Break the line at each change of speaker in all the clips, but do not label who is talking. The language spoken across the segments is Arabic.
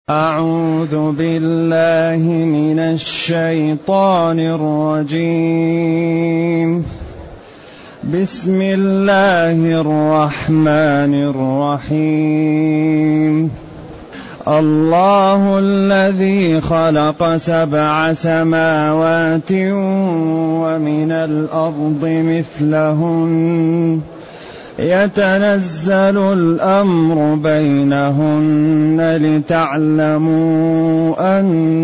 أعوذ بالله من الشيطان الرجيم. بسم الله الرحمن الرحيم. الله الذي خلق 7 سماوات ومن الأرض مثلهن يتنزل الأمر بينهن لتعلموا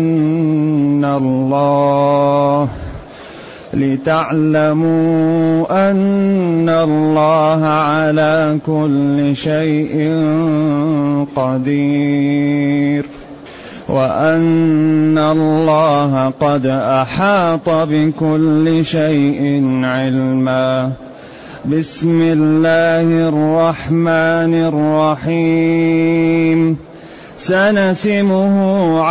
أن الله على كل شيء قدير وأن الله قد أحاط بكل شيء علما. بسم الله الرحمن الرحيم. سنسمه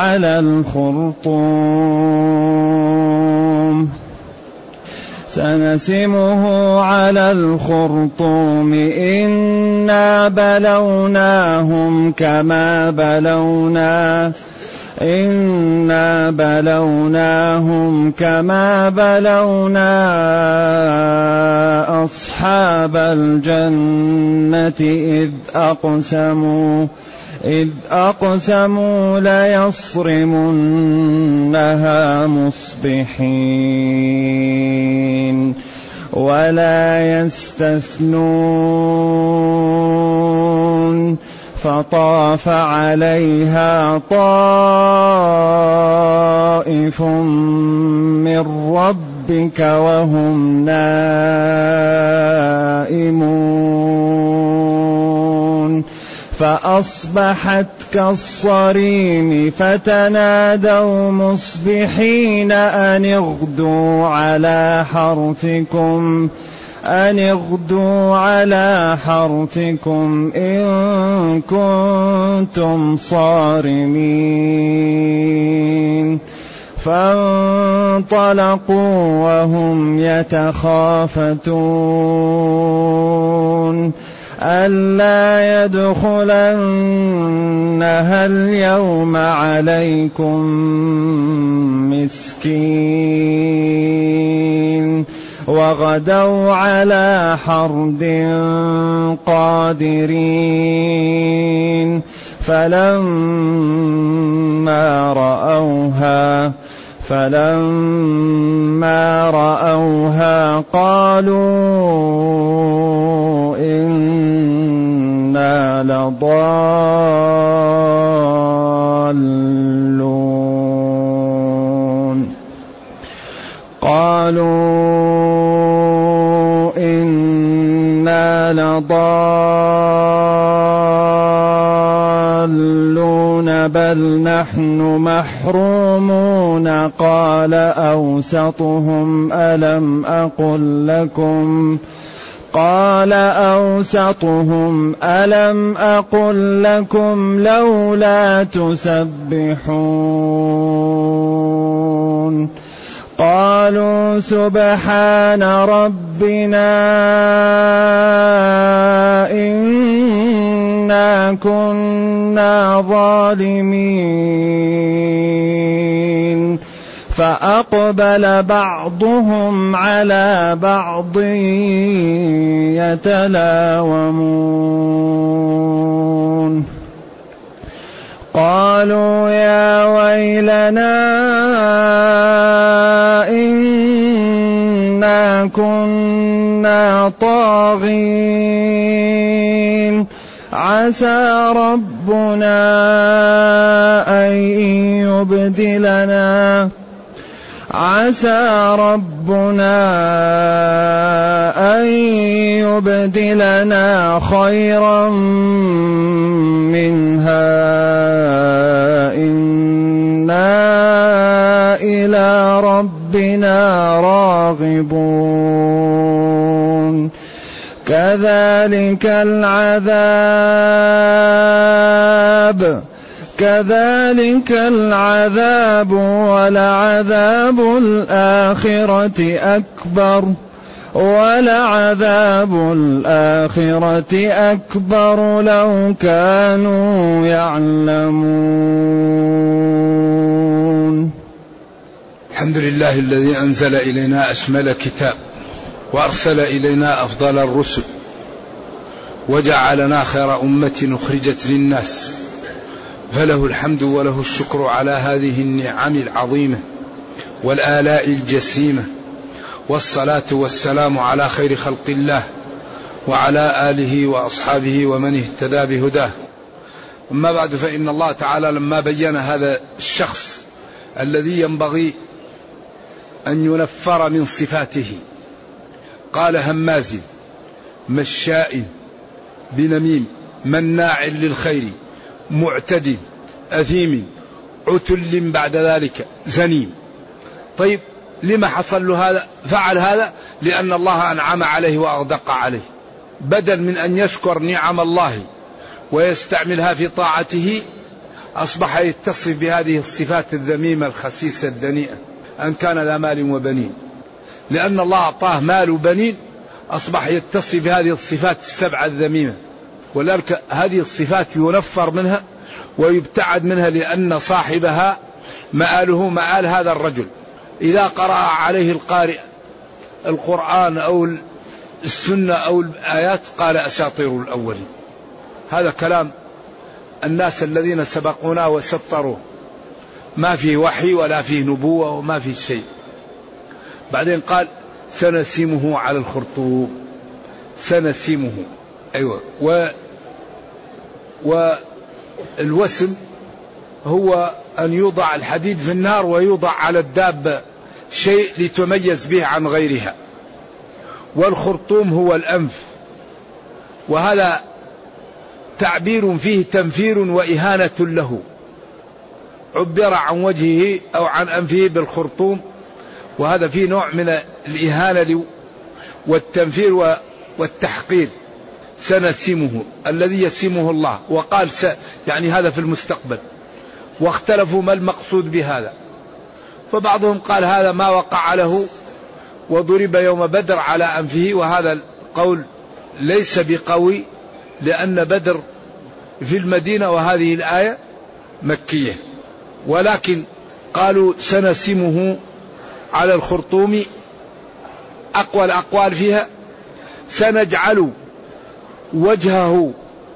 على الخرطوم إنا بلوناهم كما بلونا أصحاب الجنة إذ أقسموا ليصرمنها مصبحين ولا يستثنون فطاف عليها طائف من ربك وهم نائمون فأصبحت كالصريم فتنادوا مصبحين أن اغدوا على حرثكم إن كنتم صارمين. فانطلقوا وهم يتخافتون ألا يدخلنها اليوم عليكم مسكين وغدوا على حرد قادرين. فلما رأوها قالوا إنا لضالون بل نحن محرومون. قال أوسطهم ألم أقل لكم لولا تسبحون. قالوا سبحان ربنا إنا كنا ظالمين. فأقبل بعضهم على بعض يتلاومون قالوا يا ويلنا إنا كنا طاغين. عسى ربنا أن يبدلنا خيرا منها إنا إلى ربنا راغبون. كذلك العذاب ولعذاب الآخرة أكبر لو كانوا يعلمون.
الحمد لله الذي أنزل إلينا أشمل كتاب وأرسل إلينا أفضل الرسل وجعلنا خير أمة أخرجت للناس، فله الحمد وله الشكر على هذه النعم العظيمة والآلاء الجسيمة، والصلاة والسلام على خير خلق الله وعلى آله وأصحابه ومن اهتدى بهداه. أما بعد، فإن الله تعالى لما بين هذا الشخص الذي ينبغي أن ينفر من صفاته قال: هماز مشاء بنميم مناع للخير معتد أثيم عتل بعد ذلك زنيم. طيب، لما حصل له هذا؟ فعل هذا لأن الله أنعم عليه وأغدق عليه، بدل من أن يشكر نعم الله ويستعملها في طاعته أصبح يتصف بهذه الصفات الذميمة الخسيسة الدنيئة، أن كان ذا مال وبنين. لأن الله أعطاه مال وبنين أصبح يتصف بهذه الصفات السبعة الذميمة، ولذلك هذه الصفات ينفر منها ويبتعد منها، لأن صاحبها مآله مآل هذا الرجل. إذا قرأ عليه القارئ القرآن أو السنة أو الآيات قال: أساطير الأولين. هذا كلام الناس الذين سبقونا وسطروا، ما فيه وحي ولا فيه نبوة وما فيه شيء. بعدين قال: سنسمه على الخرطوم. سنسمه، أيوة. والوسم هو أن يوضع الحديد في النار ويوضع على الدابة شيء لتميز به عن غيرها. والخرطوم هو الأنف، وهذا تعبير فيه تنفير وإهانة له، عبر عن وجهه أو عن أنفه بالخرطوم، وهذا فيه نوع من الإهانة والتنفير والتحقير. سنسمه الذي يسمه الله، وقال يعني هذا في المستقبل، واختلفوا ما المقصود بهذا. فبعضهم قال هذا ما وقع له وضرب يوم بدر على أنفه، وهذا القول ليس بقوي، لأن بدر في المدينة وهذه الآية مكية. ولكن قالوا سنسمه على الخرطوم، أقوى الأقوال فيها: سنجعل وجهه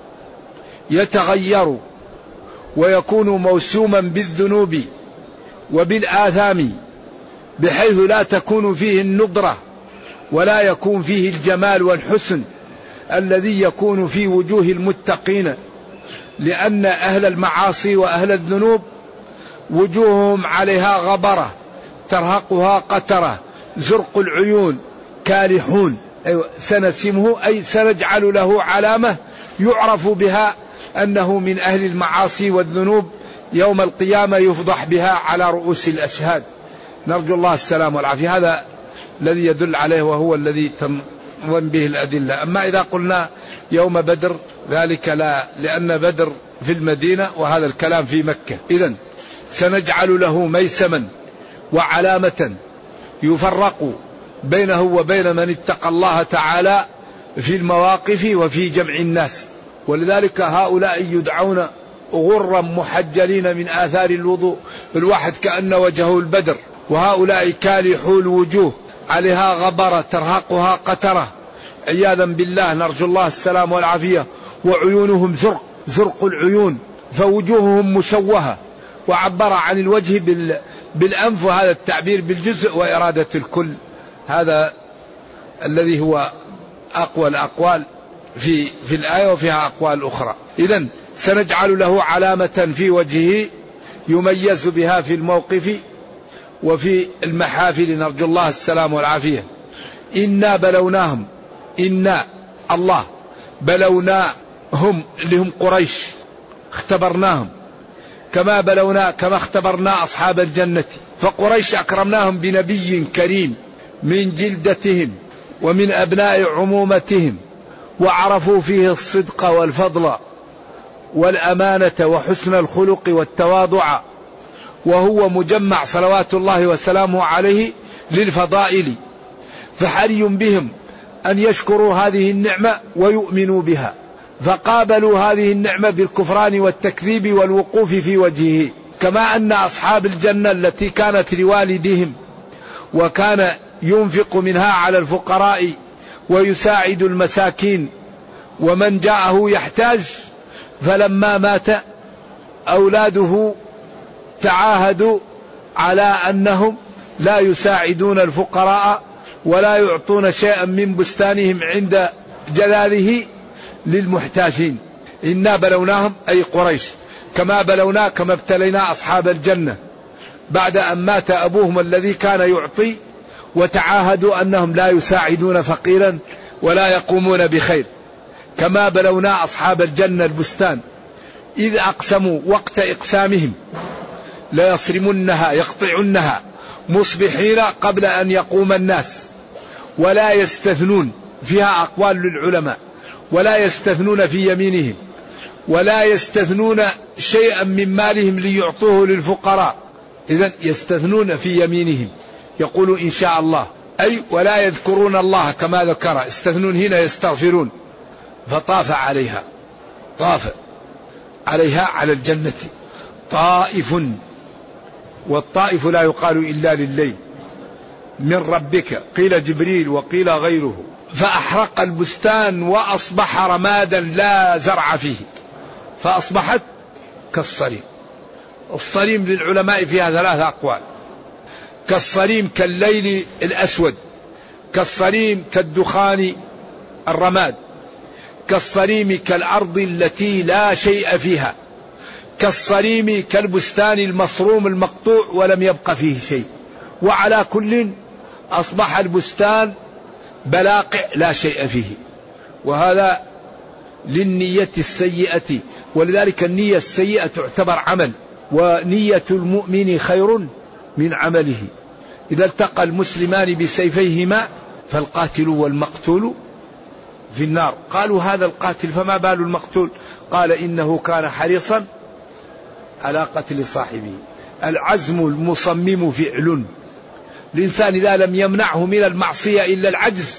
يتغير ويكون موسوما بالذنوب وبالآثام، بحيث لا تكون فيه النضرة ولا يكون فيه الجمال والحسن الذي يكون في وجوه المتقين، لأن أهل المعاصي وأهل الذنوب وجوههم عليها غبرة ترهقها قترة زرق العيون كالحون. أيوة، سنسمه أي سنجعل له علامة يعرف بها أنه من أهل المعاصي والذنوب، يوم القيامة يفضح بها على رؤوس الأشهاد. نرجو الله السلام والعافية. هذا الذي يدل عليه وهو الذي تنظم به الأدلة. أما إذا قلنا يوم بدر ذلك لا، لأن بدر في المدينة وهذا الكلام في مكة. إذن سنجعل له ميسما وعلامة يفرق بينه وبين من اتقى الله تعالى في المواقف وفي جمع الناس. ولذلك هؤلاء يدعون غرا محجلين من آثار الوضوء، الواحد كأن وجهه البدر، وهؤلاء كالحوا الوجوه عليها غبرة ترهقها قترة عياذا بالله، نرجو الله السلام والعافية. وعيونهم زرق العيون، فوجوههم مشوهة، وعبر عن الوجه بالأنف، وهذا التعبير بالجزء وإرادة الكل. هذا الذي هو أقوى الأقوال في الآية، وفيها أقوال أخرى. إذن سنجعل له علامة في وجهه يميز بها في الموقف وفي المحافل، نرجو الله السلام والعافية. إنا بلوناهم، إنا الله بلوناهم اللي هم قريش، اختبرناهم كما اختبرنا أصحاب الجنة. فقريش أكرمناهم بنبي كريم من جلدتهم ومن أبناء عمومتهم، وعرفوا فيه الصدق والفضل والأمانة وحسن الخلق والتواضع، وهو مجمع صلوات الله وسلامه عليه للفضائل. فحري بهم أن يشكروا هذه النعمة ويؤمنوا بها، فقابلوا هذه النعمة بالكفران والتكذيب والوقوف في وجهه. كما أن أصحاب الجنة التي كانت لوالدهم وكان ينفق منها على الفقراء ويساعد المساكين ومن جاءه يحتاج. فلما مات أولاده تعاهدوا على أنهم لا يساعدون الفقراء ولا يعطون شيئا من بستانهم عند جلاله للمحتاجين. إنا بلوناهم أي قريش كما ابتلينا أصحاب الجنة بعد أن مات أبوهم الذي كان يعطي وتعاهدوا أنهم لا يساعدون فقيرا ولا يقومون بخير. كما بلونا أصحاب الجنة البستان إذ أقسموا وقت إقسامهم ليصرمنها يقطعنها مصبحين قبل أن يقوم الناس ولا يستثنون. فيها أقوال للعلماء. ولا يستثنون في يمينهم ولا يستثنون شيئا من مالهم ليعطوه للفقراء. إذن يستثنون في يمينهم يقولوا إن شاء الله أي ولا يذكرون الله كما ذكر. يستثنون هنا يستغفرون. فطاف عليها على الجنة طائف. والطائف لا يقال إلا لليل من ربك قيل جبريل وقيل غيره. فأحرق البستان وأصبح رمادا لا زرع فيه فأصبحت كالصريم. الصريم للعلماء فيها 3 أقوال. كالصريم كالليل الأسود، كالصريم كالدخان الرماد، كالصريم كالأرض التي لا شيء فيها، كالصريم كالبستان المصروم المقطوع ولم يبق فيه شيء. وعلى كل أصبح البستان بلاقع لا شيء فيه. وهذا للنية السيئة. ولذلك النية السيئة تعتبر عمل. ونية المؤمن خير من عمله. إذا التقى المسلمان بسيفيهما فالقاتل والمقتول في النار. قالوا هذا القاتل فما بال المقتول؟ قال إنه كان حريصا على قتل صاحبه. العزم المصمم فعل. الإنسان إذا لم يمنعه من المعصية إلا العجز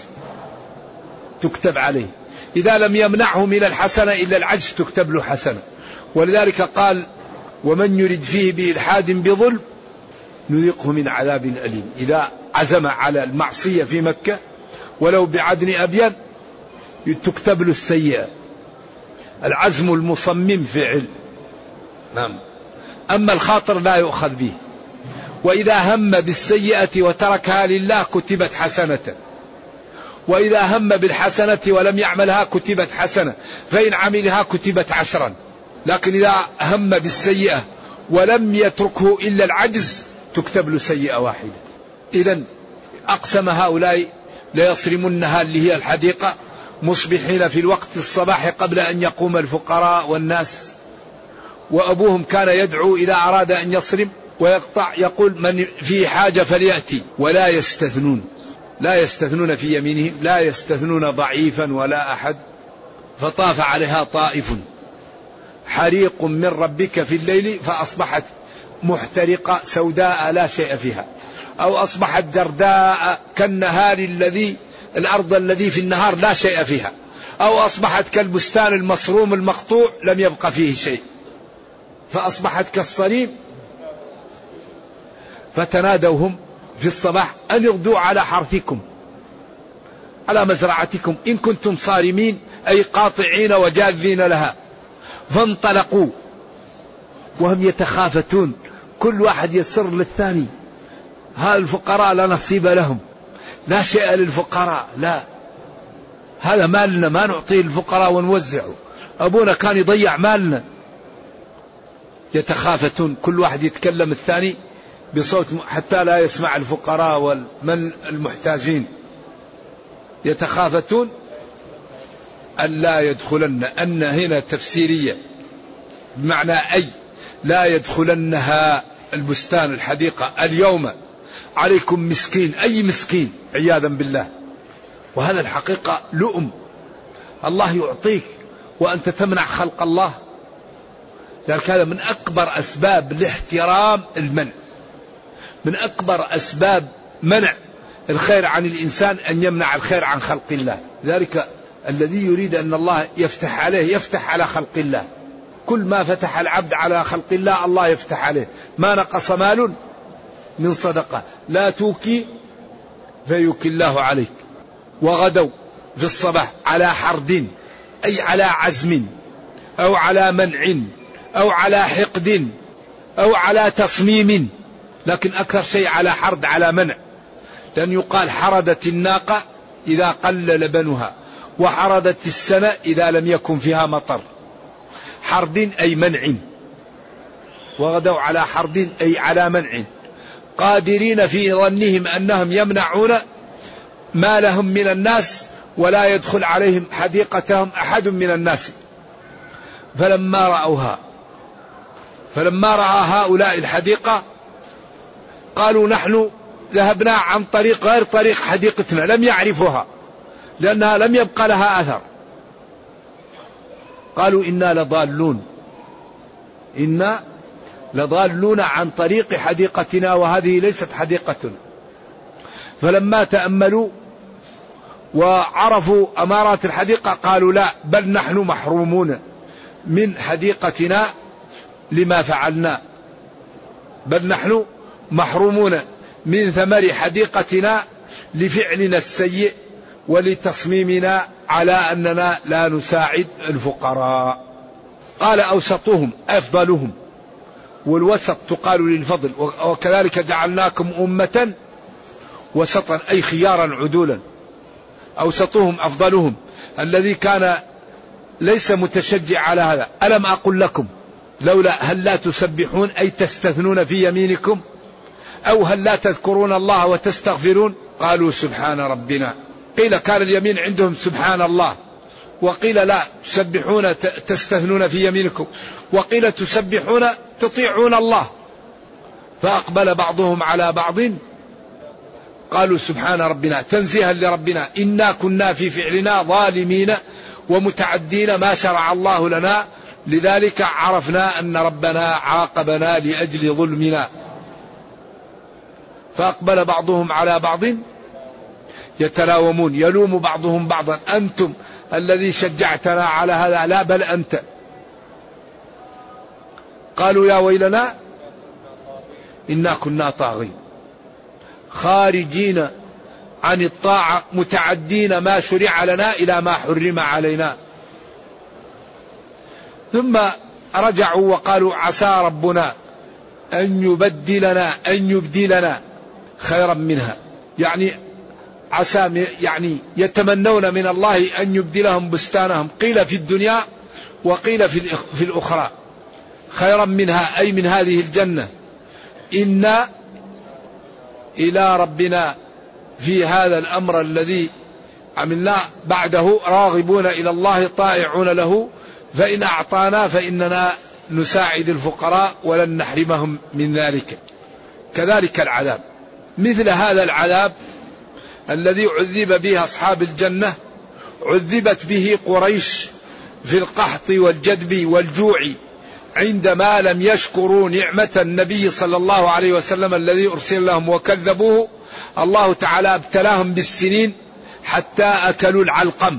تكتب عليه. إذا لم يمنعه من الحسنة إلا العجز تكتب له حسنة. ولذلك قال ومن يرد فيه بإلحاد بظلم نذقه من عذاب أليم. إذا عزم على المعصية في مكة ولو بعدن أبين تكتب له السيئة. العزم المصمم فعل. نعم. أما الخاطر لا يؤخذ به. وإذا هم بالسيئة وتركها لله كتبت حسنة. وإذا هم بالحسنة ولم يعملها كتبت حسنة. فإن عملها كتبت 10. لكن إذا هم بالسيئة ولم يتركه إلا العجز تكتب له سيئة واحدة. إذن أقسم هؤلاء ليصرمنها اللي هي الحديقة مصبحين في الوقت الصباح قبل أن يقوم الفقراء والناس. وأبوهم كان يدعو إذا أراد أن يصرم ويقطع يقول من فيه حاجة فليأتي. ولا يستثنون. لا يستثنون في يمينهم لا يستثنون ضعيفا ولا أحد. فطاف عليها طائف حريق من ربك في الليل فأصبحت محترقة سوداء لا شيء فيها. أو أصبحت جرداء كالنهار الأرض الذي في النهار لا شيء فيها. أو أصبحت كالبستان المصروم المقطوع لم يبق فيه شيء. فأصبحت كالصريم. فتنادوهم في الصباح أن اغدوا على حرثكم على مزرعتكم إن كنتم صارمين أي قاطعين وجاذين لها. فانطلقوا وهم يتخافتون كل واحد يسر للثاني. هذا الفقراء لا نصيب لهم لا شيء للفقراء. لا هذا مالنا ما نعطيه الفقراء ونوزعه. أبونا كان يضيع مالنا. يتخافتون كل واحد يتكلم الثاني بصوت حتى لا يسمع الفقراء والمن المحتاجين. يتخافتون أن لا يدخلن. أن هنا تفسيرية بمعنى أي لا يدخلنها البستان الحديقة اليوم عليكم مسكين. أي مسكين عياذا بالله. وهذا الحقيقة لؤم. الله يعطيك وأنت تمنع خلق الله. لذلك هذا من أكبر أسباب الاحترام المنع. من أكبر أسباب منع الخير عن الإنسان أن يمنع الخير عن خلق الله. ذلك الذي يريد أن الله يفتح عليه يفتح على خلق الله. كل ما فتح العبد على خلق الله الله يفتح عليه. ما نقص مال من صدقة لا توكي فيوكل الله عليك. وغدوا في الصباح على حرد، أي على عزم أو على منع أو على حقد أو على تصميم، لكن أكثر شيء على حرد، على منع، لأن يقال حردت الناقة إذا قل لبنها، وحردت السنة إذا لم يكن فيها مطر. حرد أي منع، وغدوا على حرد أي على منع، قادرين في ظنهم أنهم يمنعون ما لهم من الناس ولا يدخل عليهم حديقتهم أحد من الناس. فلما رأى هؤلاء الحديقة قالوا نحن ذهبنا عن طريق غير طريق حديقتنا، لم يعرفوها لأنها لم يبقى لها أثر. قالوا إنا لضالون عن طريق حديقتنا وهذه ليست حديقتنا. فلما تأملوا وعرفوا أمارات الحديقة قالوا لا، بل نحن محرومون من حديقتنا لما فعلنا، بل نحن محرومون من ثمر حديقتنا لفعلنا السيء ولتصميمنا على أننا لا نساعد الفقراء. قال أوسطهم أفضلهم، والوسط تقال للفضل، وكذلك جعلناكم أمة وسطا أي خيارا عدولا. أوسطهم أفضلهم الذي كان ليس متشجع على هذا. ألم أقل لكم لولا هل لا تسبحون أي تستثنون في يمينكم، أو هل لا تذكرون الله وتستغفرون؟ قالوا سبحان ربنا. قيل كان اليمين عندهم سبحان الله، وقيل لا تسبحون تستثنون في يمينكم، وقيل تسبحون تطيعون الله. فأقبل بعضهم على بعض قالوا سبحان ربنا تنزيها لربنا، إنا كنا في فعلنا ظالمين ومتعدين ما شرع الله لنا، لذلك عرفنا أن ربنا عاقبنا لأجل ظلمنا. فأقبل بعضهم على بعض يتلاومون، يلوم بعضهم بعضا، أنتم الذي شجعتنا على هذا، لا بل أنت. قالوا يا ويلنا إنا كنا طاغين خارجين عن الطاعة متعدين ما شرع لنا إلى ما حرم علينا. ثم رجعوا وقالوا عسى ربنا أن يبدلنا خيرا منها، يعني عسى يعني يتمنون من الله أن يبدلهم بستانهم، قيل في الدنيا وقيل في الأخرى، خيرا منها أي من هذه الجنة. إنا إلى ربنا في هذا الأمر الذي عملناه بعده راغبون إلى الله طائعون له، فإن أعطانا فإننا نساعد الفقراء ولن نحرمهم من ذلك. كذلك العذاب، مثل هذا العذاب الذي عذب به أصحاب الجنة عذبت به قريش في القحط والجدب والجوع عندما لم يشكروا نعمة النبي صلى الله عليه وسلم الذي أرسل لهم وكذبوه. الله تعالى ابتلاهم بالسنين حتى أكلوا العلقم،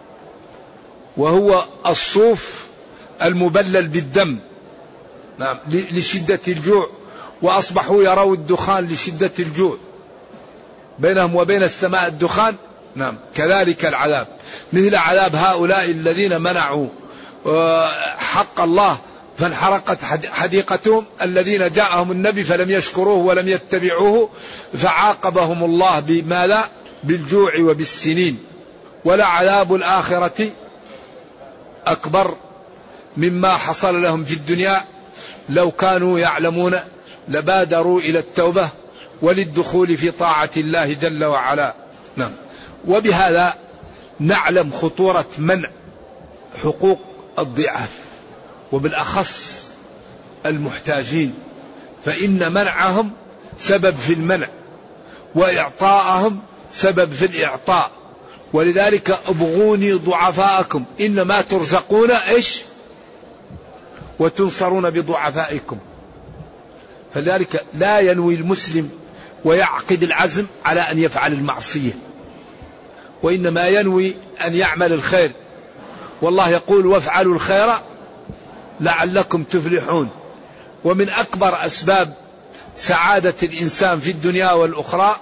وهو الصوف المبلل بالدم، نعم، لشدة الجوع، وأصبحوا يروا الدخان لشدة الجوع، بينهم وبين السماء الدخان. نعم، كذلك العذاب، مثل عذاب هؤلاء الذين منعوا حق الله فانحرقت حديقتهم، الذين جاءهم النبي فلم يشكروه ولم يتبعوه فعاقبهم الله بماذا؟ بالجوع وبالسنين. ولعذاب الآخرة أكبر مما حصل لهم في الدنيا، لو كانوا يعلمون لبادروا إلى التوبة وللدخول في طاعة الله جل وعلا. نعم. وبهذا نعلم خطورة منع حقوق الضعاف، وبالأخص المحتاجين، فإن منعهم سبب في المنع وإعطاءهم سبب في الإعطاء. ولذلك ابغوني ضعفاءكم إنما ترزقون إيش وتنصرون بضعفائكم. فذلك لا ينوي المسلم ويعقد العزم على أن يفعل المعصية، وإنما ينوي أن يعمل الخير. والله يقول وافعلوا الخير لعلكم تفلحون. ومن أكبر أسباب سعادة الإنسان في الدنيا والأخرى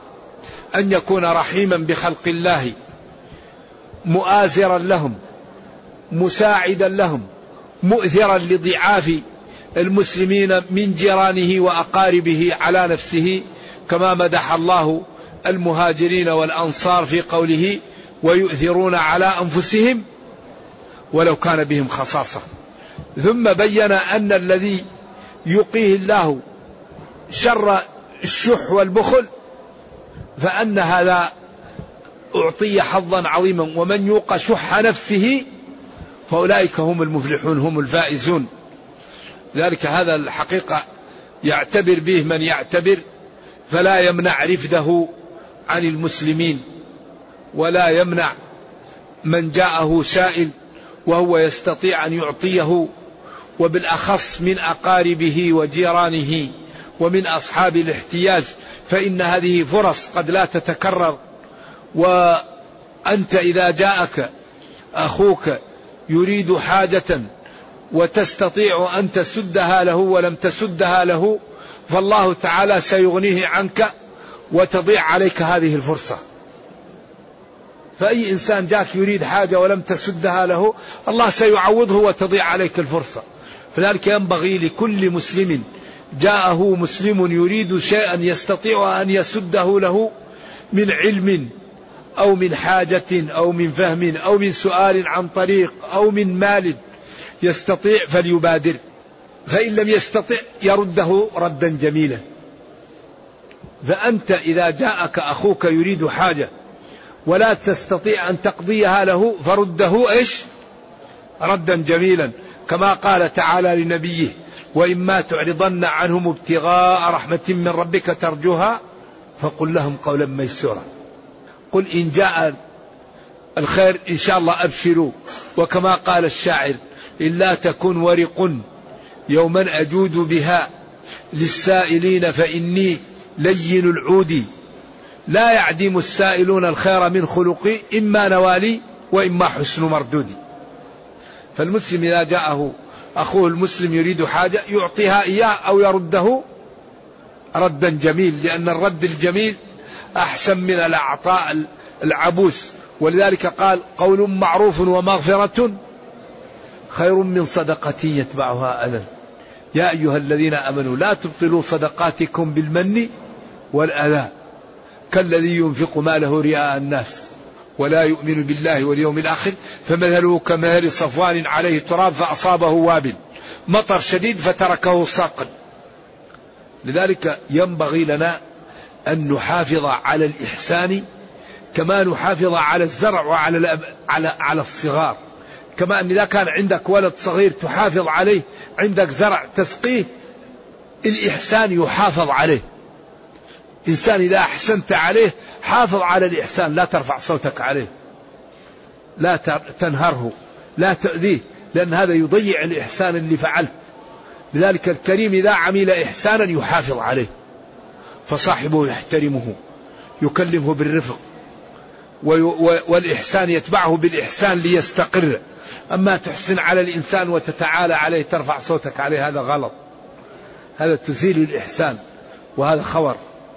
أن يكون رحيما بخلق الله، مؤازرا لهم، مساعدا لهم، مؤثرا لضعاف المسلمين من جيرانه وأقاربه على نفسه، كما مدح الله المهاجرين والأنصار في قوله ويؤثرون على أنفسهم ولو كان بهم خصاصة. ثم بين أن الذي يقيه الله شر الشح والبخل فأن هذا أعطي حظا عظيما، ومن يوق شح نفسه فأولئك هم المفلحون هم الفائزون. لذلك هذا الحقيقة يعتبر به من يعتبر، فلا يمنع رفده عن المسلمين، ولا يمنع من جاءه سائل وهو يستطيع أن يعطيه، وبالأخص من أقاربه وجيرانه ومن أصحاب الاحتياج، فإن هذه فرص قد لا تتكرر. وأنت إذا جاءك أخوك يريد حاجة وتستطيع أن تسدها له ولم تسدها له، فالله تعالى سيغنيه عنك وتضيع عليك هذه الفرصة. فأي إنسان جاك يريد حاجة ولم تسدها له الله سيعوضه وتضيع عليك الفرصة. فذلك ينبغي لكل مسلم جاءه مسلم يريد شيئا يستطيع أن يسده له من علم أو من حاجة أو من فهم أو من سؤال عن طريق أو من مال يستطيع فليبادر، فإن لم يستطع يرده ردا جميلا. فأنت إذا جاءك أخوك يريد حاجة ولا تستطيع أن تقضيها له فرده ردا جميلا، كما قال تعالى لنبيه وإما تعرضن عنهم ابتغاء رحمة من ربك ترجوها فقل لهم قولا ميسورا. قل إن جاء الخير إن شاء الله أبشروا، وكما قال الشاعر إن لا تكن ورق يوما أجود بها للسائلين فإني لين العود لا يعدم السائلون الخير من خلقي إما نوالي وإما حسن مردودي. فالمسلم إذا جاءه أخوه المسلم يريد حاجة يعطيها إياه أو يرده ردا جميل، لأن الرد الجميل أحسن من الأعطاء العبوس. ولذلك قال قول معروف ومغفرة خير من صدقة يتبعها أذى. يا أيها الذين آمنوا لا تبطلوا صدقاتكم بالمن والأذى كالذي ينفق ماله رئاء الناس ولا يؤمن بالله واليوم الآخر فمثله كمثل صفوان عليه تراب فأصابه وابل مطر شديد فتركه صاقا. لذلك ينبغي لنا أن نحافظ على الإحسان كما نحافظ على الزرع وعلى على الصغار. كما أن إذا كان عندك ولد صغير تحافظ عليه، عندك زرع تسقيه، الإحسان يحافظ عليه. إنسان إذا أحسنت عليه حافظ على الإحسان، لا ترفع صوتك عليه، لا تنهره، لا تؤذيه، لأن هذا يضيع الإحسان اللي فعلت. لذلك الكريم إذا عمل إحسانا يحافظ عليه، فصاحبه يحترمه يكلمه بالرفق، والإحسان يتبعه بالإحسان ليستقر. أما تحسن على الإنسان وتتعالى عليه ترفع صوتك عليه هذا غلط، هذا تزيل الإحسان وهذا خور.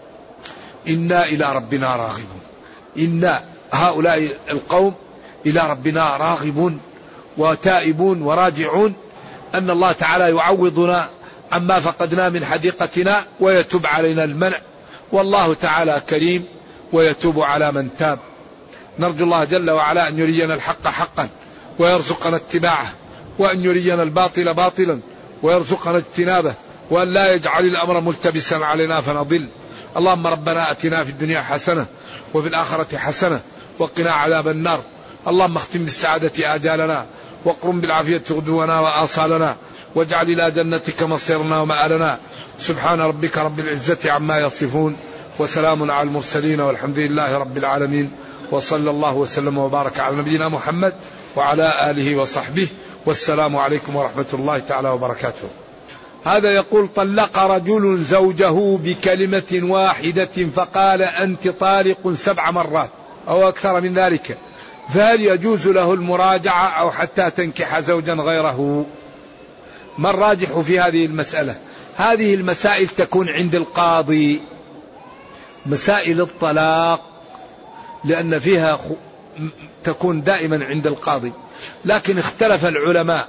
إنا إلى ربنا راغبون. إنا هؤلاء القوم إلى ربنا راغبون وتائبون وراجعون، أن الله تعالى يعوضنا عما فقدنا من حديقتنا ويتوب علينا المنع، والله تعالى كريم ويتوب على من تاب. نرجو الله جل وعلا أن يرينا الحق حقا ويرزقنا اتباعه، وأن يرينا الباطل باطلا ويرزقنا اجتنابه، وأن لا يجعل الأمر ملتبسا علينا فنضل. اللهم ربنا أتنا في الدنيا حسنة وفي الآخرة حسنة وقنا عذاب النار. اللهم اختم بالسعادة آجالنا واقرم بالعافية غدونا وآصالنا، واجعل إلى جنتك مصيرنا ومآلنا. سبحان ربك رب العزة عما يصفون وسلام على المرسلين والحمد لله رب العالمين، وصلى الله وسلم وبارك على نبينا محمد وعلى آله وصحبه، والسلام عليكم ورحمة الله تعالى وبركاته. هذا يقول طلق رجل زوجه بكلمة واحدة فقال أنت طالق 7 مرات أو أكثر من ذلك، فهل يجوز له المراجعة أو حتى تنكح زوجا غيره؟ ما الراجح في هذه المسألة؟ هذه المسائل تكون عند القاضي، مسائل الطلاق لأن فيها تكون دائما عند القاضي، لكن اختلف العلماء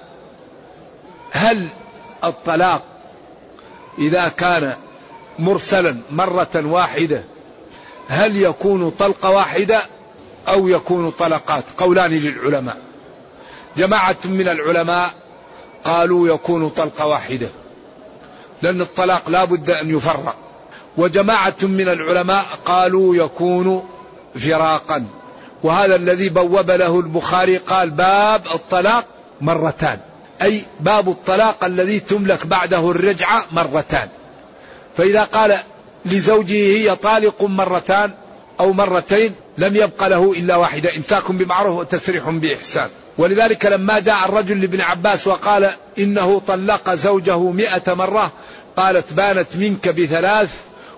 هل الطلاق إذا كان مرسلا مرة واحدة هل يكون طلقة واحدة أو يكون طلقات؟ قولان للعلماء. جماعة من العلماء قالوا يكون طلقة واحدة لأن الطلاق لا بد أن يفرق، وجماعة من العلماء قالوا يكون فراقا، وهذا الذي بوب له البخاري قال باب الطلاق مرتان، أي باب الطلاق الذي تملك بعده الرجعة مرتان. فإذا قال لزوجه هي طالق مرتان أو مرتين لم يبق له إلا واحدة، إمساك بمعروف وتسريح بإحسان. ولذلك لما جاء الرجل لابن عباس وقال إنه طلق زوجه 100 مرة قالت بانت منك ب3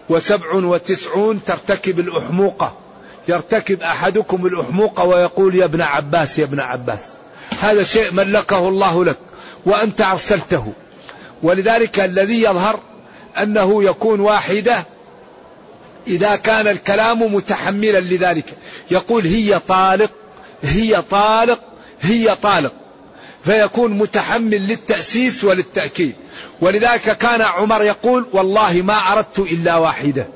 و97 ترتكب الأحموقة، يرتكب أحدكم الأحموقة ويقول يا ابن عباس يا ابن عباس، هذا شيء ملكه الله لك وأنت أرسلته. ولذلك الذي يظهر أنه يكون واحدة إذا كان الكلام متحملا لذلك، يقول هي طالق هي طالق هي طالق، فيكون متحمل للتأسيس وللتأكيد. ولذلك كان عمر يقول والله ما أردت إلا واحدة،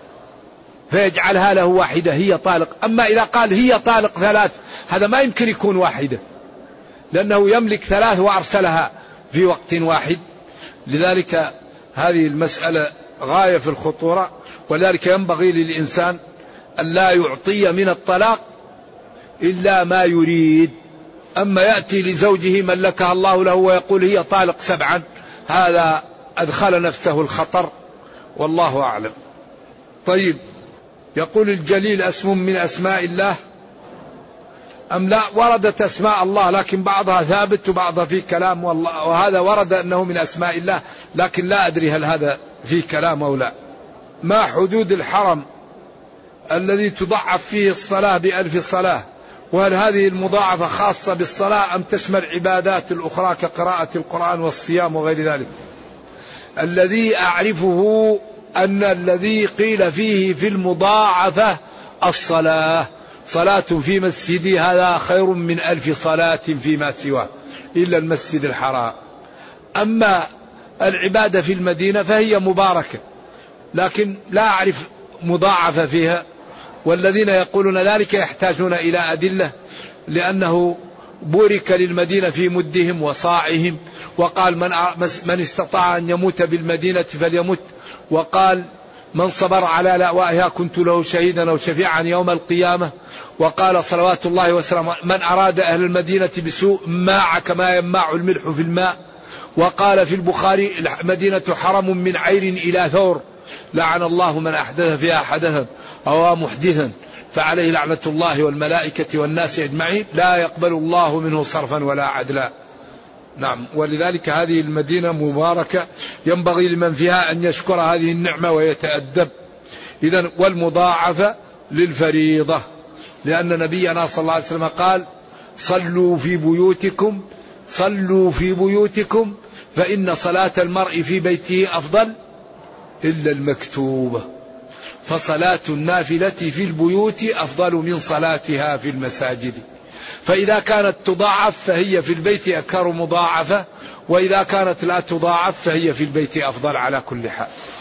فيجعلها له واحدة هي طالق. أما إذا قال هي طالق 3 هذا ما يمكن يكون واحدة، لأنه يملك 3 وأرسلها في وقت واحد. لذلك هذه المسألة غاية في الخطورة، ولذلك ينبغي للإنسان أن لا يعطي من الطلاق إلا ما يريد. أما يأتي لزوجه ملكها الله له ويقول هي طالق 7 هذا أدخل نفسه الخطر، والله أعلم. طيب، يقول الجليل اسم من أسماء الله أم لا؟ وردت أسماء الله لكن بعضها ثابت وبعضها في كلام، وهذا ورد أنه من أسماء الله، لكن لا أدري هل هذا في كلام أو لا. ما حدود الحرم الذي تضعف فيه الصلاة ب1000 صلاة؟ وهل هذه المضاعفة خاصة بالصلاة أم تشمل عبادات الأخرى كقراءة القرآن والصيام وغير ذلك؟ الذي أعرفه أن الذي قيل فيه في المضاعفة الصلاة، صلاة في مسجدي هذا خير من 1000 صلاة فيما سواه إلا المسجد الحرام. أما العبادة في المدينة فهي مباركة لكن لا أعرف مضاعفة فيها، والذين يقولون ذلك يحتاجون إلى أدلة، لأنه بورك للمدينة في مدهم وصاعهم، وقال من استطاع أن يموت بالمدينة فليمت، وقال من صبر على لأوائها كنت له شهيدا أو شفيعا يوم القيامة، وقال صلوات الله وسلامه من أراد أهل المدينة بسوء ماع كما يماع الملح في الماء. وقال في البخاري المدينة حرم من عير إلى ثور، لعن الله من أحدث فيها حدثا أو محدثا فعليه لعنة الله والملائكة والناس أجمعين لا يقبل الله منه صرفا ولا عدلا. نعم، ولذلك هذه المدينة مباركة ينبغي لمن فيها أن يشكر هذه النعمة ويتأدب. إذن والمضاعفة للفريضة، لأن نبينا صلى الله عليه وسلم قال صلوا في بيوتكم صلوا في بيوتكم فإن صلاة المرء في بيته أفضل إلا المكتوبة، فصلاة النافلة في البيوت أفضل من صلاتها في المساجد. فإذا كانت تضاعف فهي في البيت أكثر مضاعفة، وإذا كانت لا تضاعف فهي في البيت أفضل على كل حال.